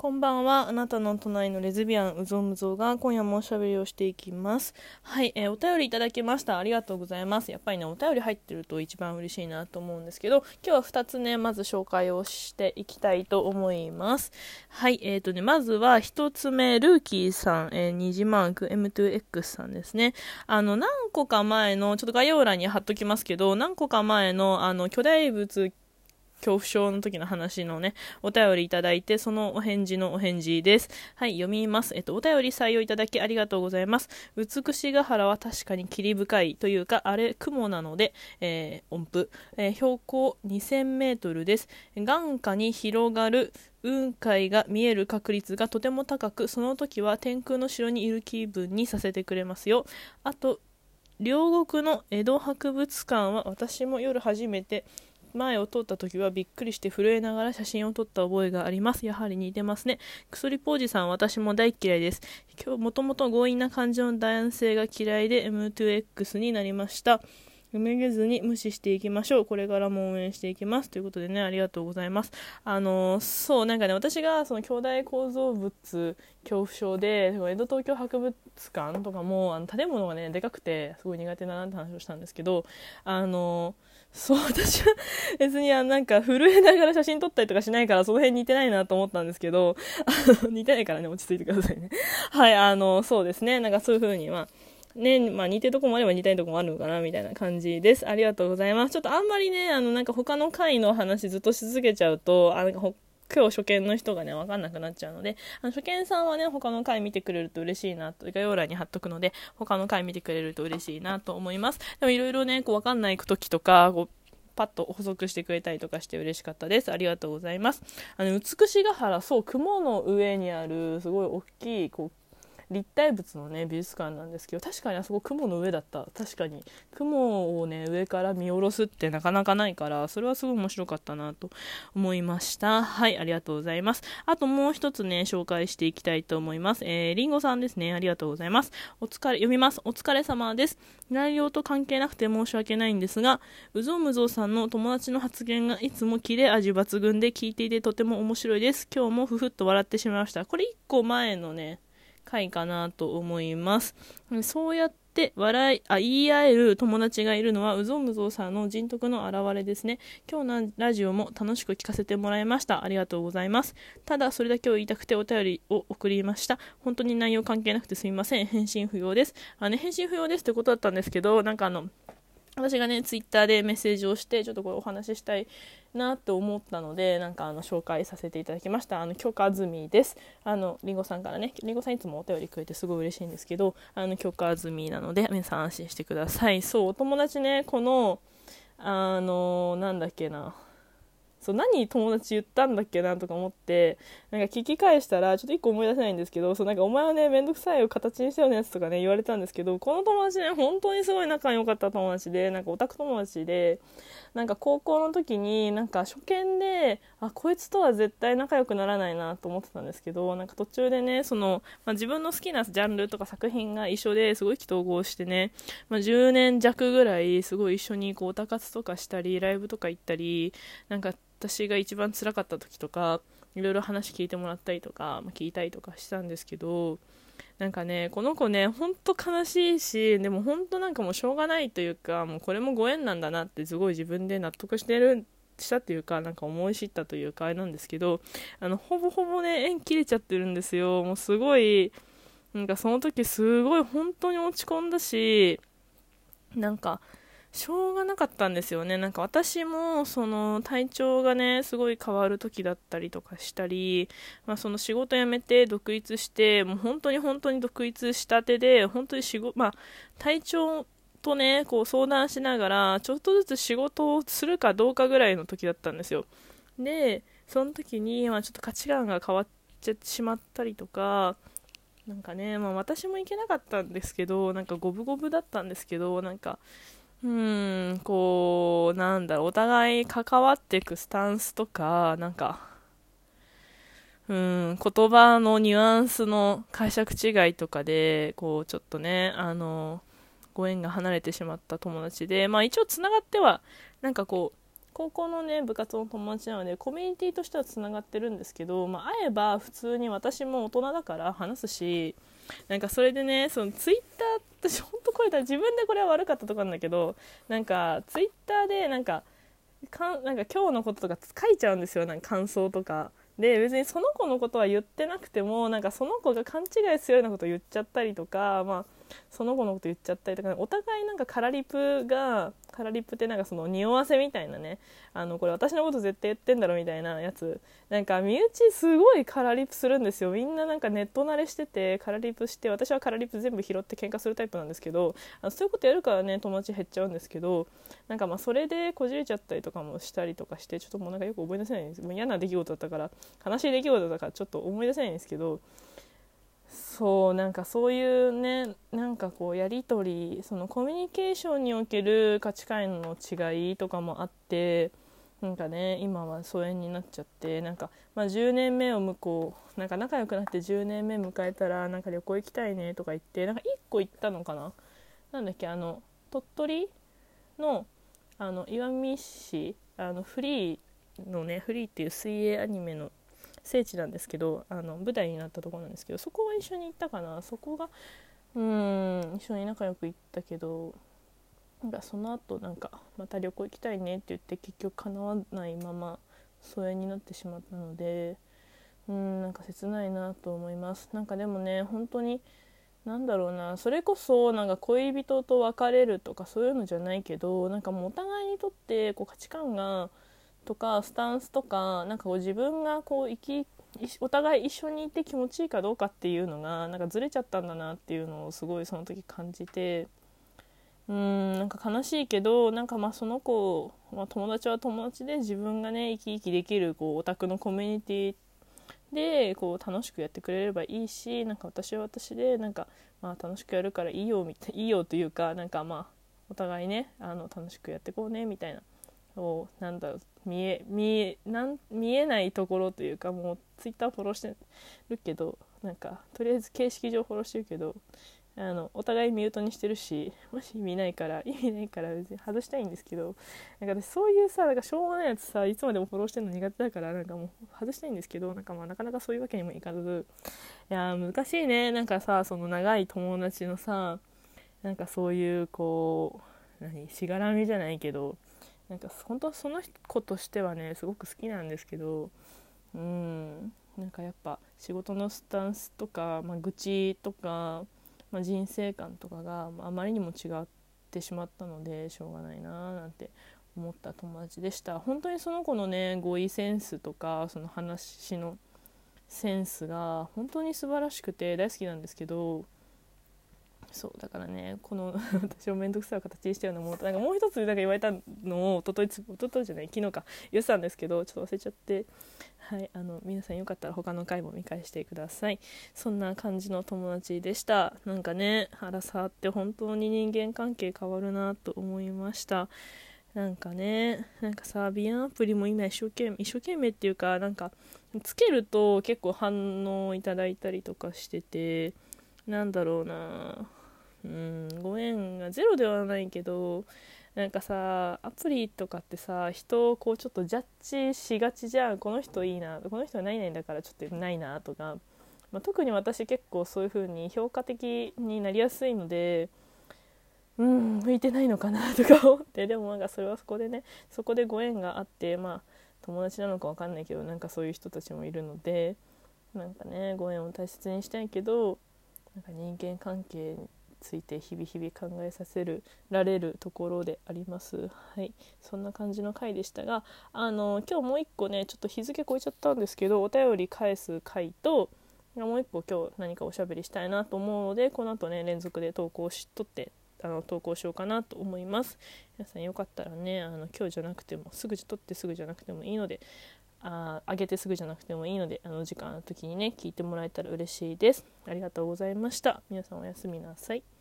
こんばんは。あなたの隣のレズビアンうぞうむぞうが今夜もおしゃべりをしていきます。はい、お便りいただきました。ありがとうございます。やっぱりね、お便り入ってると一番嬉しいなと思うんですけど、今日は2つね、まず紹介をしていきたいと思います。はい、まずは1つ目、ルーキーさん、二次マーク M2X さんですね。何個か前の、ちょっと概要欄に貼っときますけど、何個か前の、巨大物恐怖症の時の話のね、お便りいただいて、そのお返事のお返事です。はい、読みます。お便り採用いただきありがとうございます。美しが原は確かに霧深いというか、あれ、雲なので、音符、標高2000メートルです。眼下に広がる雲海が見える確率がとても高く、その時は天空の城にいる気分にさせてくれますよ。あと、両国の江戸博物館は私も夜初めて前を通った時はびっくりして震えながら写真を撮った覚えがあります。やはり似てますね。薬ポージさん、私も大嫌いです。今日もともと強引な感じの男性が嫌いで M2X になりました。めげずに無視していきましょう。これからも応援していきます。ということでね、ありがとうございます。そう、なんかね、私がその兄弟構造物恐怖症で、江戸東京博物館とかも、建物がね、でかくて、すごい苦手だなって話をしたんですけど、そう、私は別になんか震えながら写真撮ったりとかしないから、その辺似てないなと思ったんですけど、似てないからね、落ち着いてくださいね。はい、そうですね、なんかそういう風に、ね、似てるとこもあれば似たいとこもあるのかなみたいな感じです。ありがとうございます。ちょっとあんまりね、なんか他の回の話ずっとし続けちゃうと、なんか今日初見の人がね、わかんなくなっちゃうので、初見さんはね、他の回見てくれると嬉しいなと、概要欄に貼っとくので、他の回見てくれると嬉しいなと思います。でもいろいろね、わかんない時とか、パッと補足してくれたりとかして嬉しかったです。ありがとうございます。美しが原、そう、雲の上にある、すごい大きい、立体物のね美術館なんですけど、確かにあそこ雲の上だった。確かに雲をね上から見下ろすってなかなかないから、それはすごい面白かったなと思いました。はい、ありがとうございます。あともう一つね紹介していきたいと思います。りんごさんですね。ありがとうございます。読みます。お疲れ様です。内容と関係なくて申し訳ないんですが、うぞうむぞうさんの友達の発言がいつも切れ味抜群で聞いていてとても面白いです。今日もふふっと笑ってしまいました。これ1個前のね回かなと思います。そうやって言い合える友達がいるのはうぞうむぞうさんの人徳の表れですね。今日のラジオも楽しく聞かせてもらいました。ありがとうございます。ただそれだけを言いたくてお便りを送りました。本当に内容関係なくてすみません。返信不要です。返信不要ですってことだったんですけど、なんか私がねツイッターでメッセージをしてちょっとこれお話ししたいなって思ったので、なんか紹介させていただきました。許可済みです。りんごさんからね、りんごさんいつもお便りくれてすごい嬉しいんですけど、許可済みなので皆さん安心してください。そう、お友達ね、このなんだっけな、そう、何友達言ったんだっけなとか思って、なんか聞き返したらちょっと一個思い出せないんですけど、そうなんかお前はねめんどくさいを形にしたようなやつとかね言われたんですけど、この友達ね本当にすごい仲良かった友達で、なんかオタク友達で、なんか高校の時になんか初見でこいつとは絶対仲良くならないなと思ってたんですけど、なんか途中でね自分の好きなジャンルとか作品が一緒ですごい意気投合してね、10年弱ぐらいすごい一緒にオタ活とかしたりライブとか行ったり、なんか私が一番辛かった時とかいろいろ話聞いてもらったりとか、聞いたりとかしたんですけど、なんかねこの子ねほんと悲しいし、でもほんとなんかもうしょうがないというか、もうこれもご縁なんだなってすごい自分で納得したっていうか、なんか思い知ったというかあれなんですけど、ほぼほぼね縁切れちゃってるんですよ。もうすごいなんかその時すごい本当に落ち込んだし、なんかしょうがなかったんですよね。なんか私もその体調がねすごい変わる時だったりとかしたり、その仕事辞めて独立して、もう本当に本当に独立したてで、本当に体調とね相談しながらちょっとずつ仕事をするかどうかぐらいの時だったんですよ。でその時に、ちょっと価値観が変わっちゃってしまったりとか、なんかね、私も行けなかったんですけど、なんか五分五分だったんですけど、なんかお互い関わっていくスタンスとか、なんか、言葉のニュアンスの解釈違いとかで、ちょっとね、ご縁が離れてしまった友達で、一応つながっては、なんか高校のね部活の友達なのでコミュニティとしてはつながってるんですけど、会えば普通に私も大人だから話すし、なんかそれでね、そのツイッター、私本当これだ、自分でこれは悪かったとこなんだけど、なんかツイッターでなんか今日のこととか書いちゃうんですよ、なんか感想とかで。別にその子のことは言ってなくても、なんかその子が勘違いするようなことを言っちゃったりとか、その子のこと言っちゃったりとか、お互いなんかカラリプってなんかその匂わせみたいなね、これ私のこと絶対言ってんだろみたいなやつ、なんか身内すごいカラリプするんですよ。みんななんかネット慣れしててカラリプして、私はカラリプ全部拾って喧嘩するタイプなんですけど、そういうことやるからね友達減っちゃうんですけど、なんかそれでこじれちゃったりとかもしたりとかして、ちょっともうなんかよく覚え出せないんです。もう嫌な出来事だったから、悲しい出来事だったからちょっと思い出せないんですけど、そうなんかそういうね、なんかこうやり取り、そのコミュニケーションにおける価値観の違いとかもあって、なんかね今は疎遠になっちゃって、なんか、10年目をなんか仲良くなって10年目迎えたら、なんか旅行行きたいねとか言って、なんか1個行ったのかな、なんだっけ、鳥取の岩見市、フリーのね、フリーっていう水泳アニメの聖地なんですけど、舞台になったところなんですけど、そこは一緒に行ったかな。そこが一緒に仲良く行ったけど、なんかその後なんかまた旅行行きたいねって言って結局叶わないまま疎遠になってしまったので、なんか切ないなと思います。なんかでもね、本当になんだろうな、それこそなんか恋人と別れるとかそういうのじゃないけど、なんかもうお互いにとってこう価値観がとかスタンスとか、なんかこう自分がこうお互い一緒にいて気持ちいいかどうかっていうのがなんかずれちゃったんだなっていうのをすごいその時感じて、なんか悲しいけど、なんかその子、友達は友達で自分がね生き生きできるこうオタクのコミュニティでこう楽しくやってくれればいいし、なんか私は私でなんか楽しくやるからいいよいいよというか、なんかお互いね楽しくやってこうねみたいな、なんだろう、見えないところというか、もうツイッターフォローしてるけど、なんかとりあえず形式上フォローしてるけど、お互いミュートにしてるし、もし意味ないから別に外したいんですけど、なんか私そういうさ、なんかしょうがないやつさいつまでもフォローしてるの苦手だから、なんかもう外したいんですけど、なんかなかなかそういうわけにもいかず、いや難しいね。なんかさ、その長い友達のさ、なんかそういうこうしがらみじゃないけど、なんか本当その子としてはねすごく好きなんですけど、なんかやっぱ仕事のスタンスとか、愚痴とか、人生観とかがあまりにも違ってしまったのでしょうがないななんて思った友達でした。本当にその子のね語彙センスとかその話のセンスが本当に素晴らしくて大好きなんですけど、そうだからね、この私を面倒くさい形にしたようなものと、なんかもう一つなんか言われたのを一昨日じゃない昨日か言ってたんですけど、ちょっと忘れちゃって、はい、皆さんよかったら他の回も見返してください。そんな感じの友達でした。なんかね、腹触って本当に人間関係変わるなと思いました。なんかね、なんかさ、美顔アプリも今一生懸命っていうか、なんかつけると結構反応いただいたりとかしてて、なんだろうな、ご縁がゼロではないけど、なんかさ、アプリとかってさ、人をこうちょっとジャッジしがちじゃん。この人いいな、この人はないないんだからちょっとないなとか、特に私結構そういう風に評価的になりやすいので、向いてないのかなとか思って、でもなんかそれはそこでご縁があって、友達なのか分かんないけど、なんかそういう人たちもいるので、なんかねご縁を大切にしたいけど、なんか人間関係について日々考えさせられるところであります。はい、そんな感じの回でしたが、今日もう一個ねちょっと日付超えちゃったんですけど、お便り返す回ともう一個今日何かおしゃべりしたいなと思うので、この後ね連続で投稿しようかなと思います。皆さんよかったらね今日じゃなくても撮ってすぐじゃなくてもいいので、上げてすぐじゃなくてもいいので、時間の時にね聞いてもらえたら嬉しいです。ありがとうございました。皆さんおやすみなさい。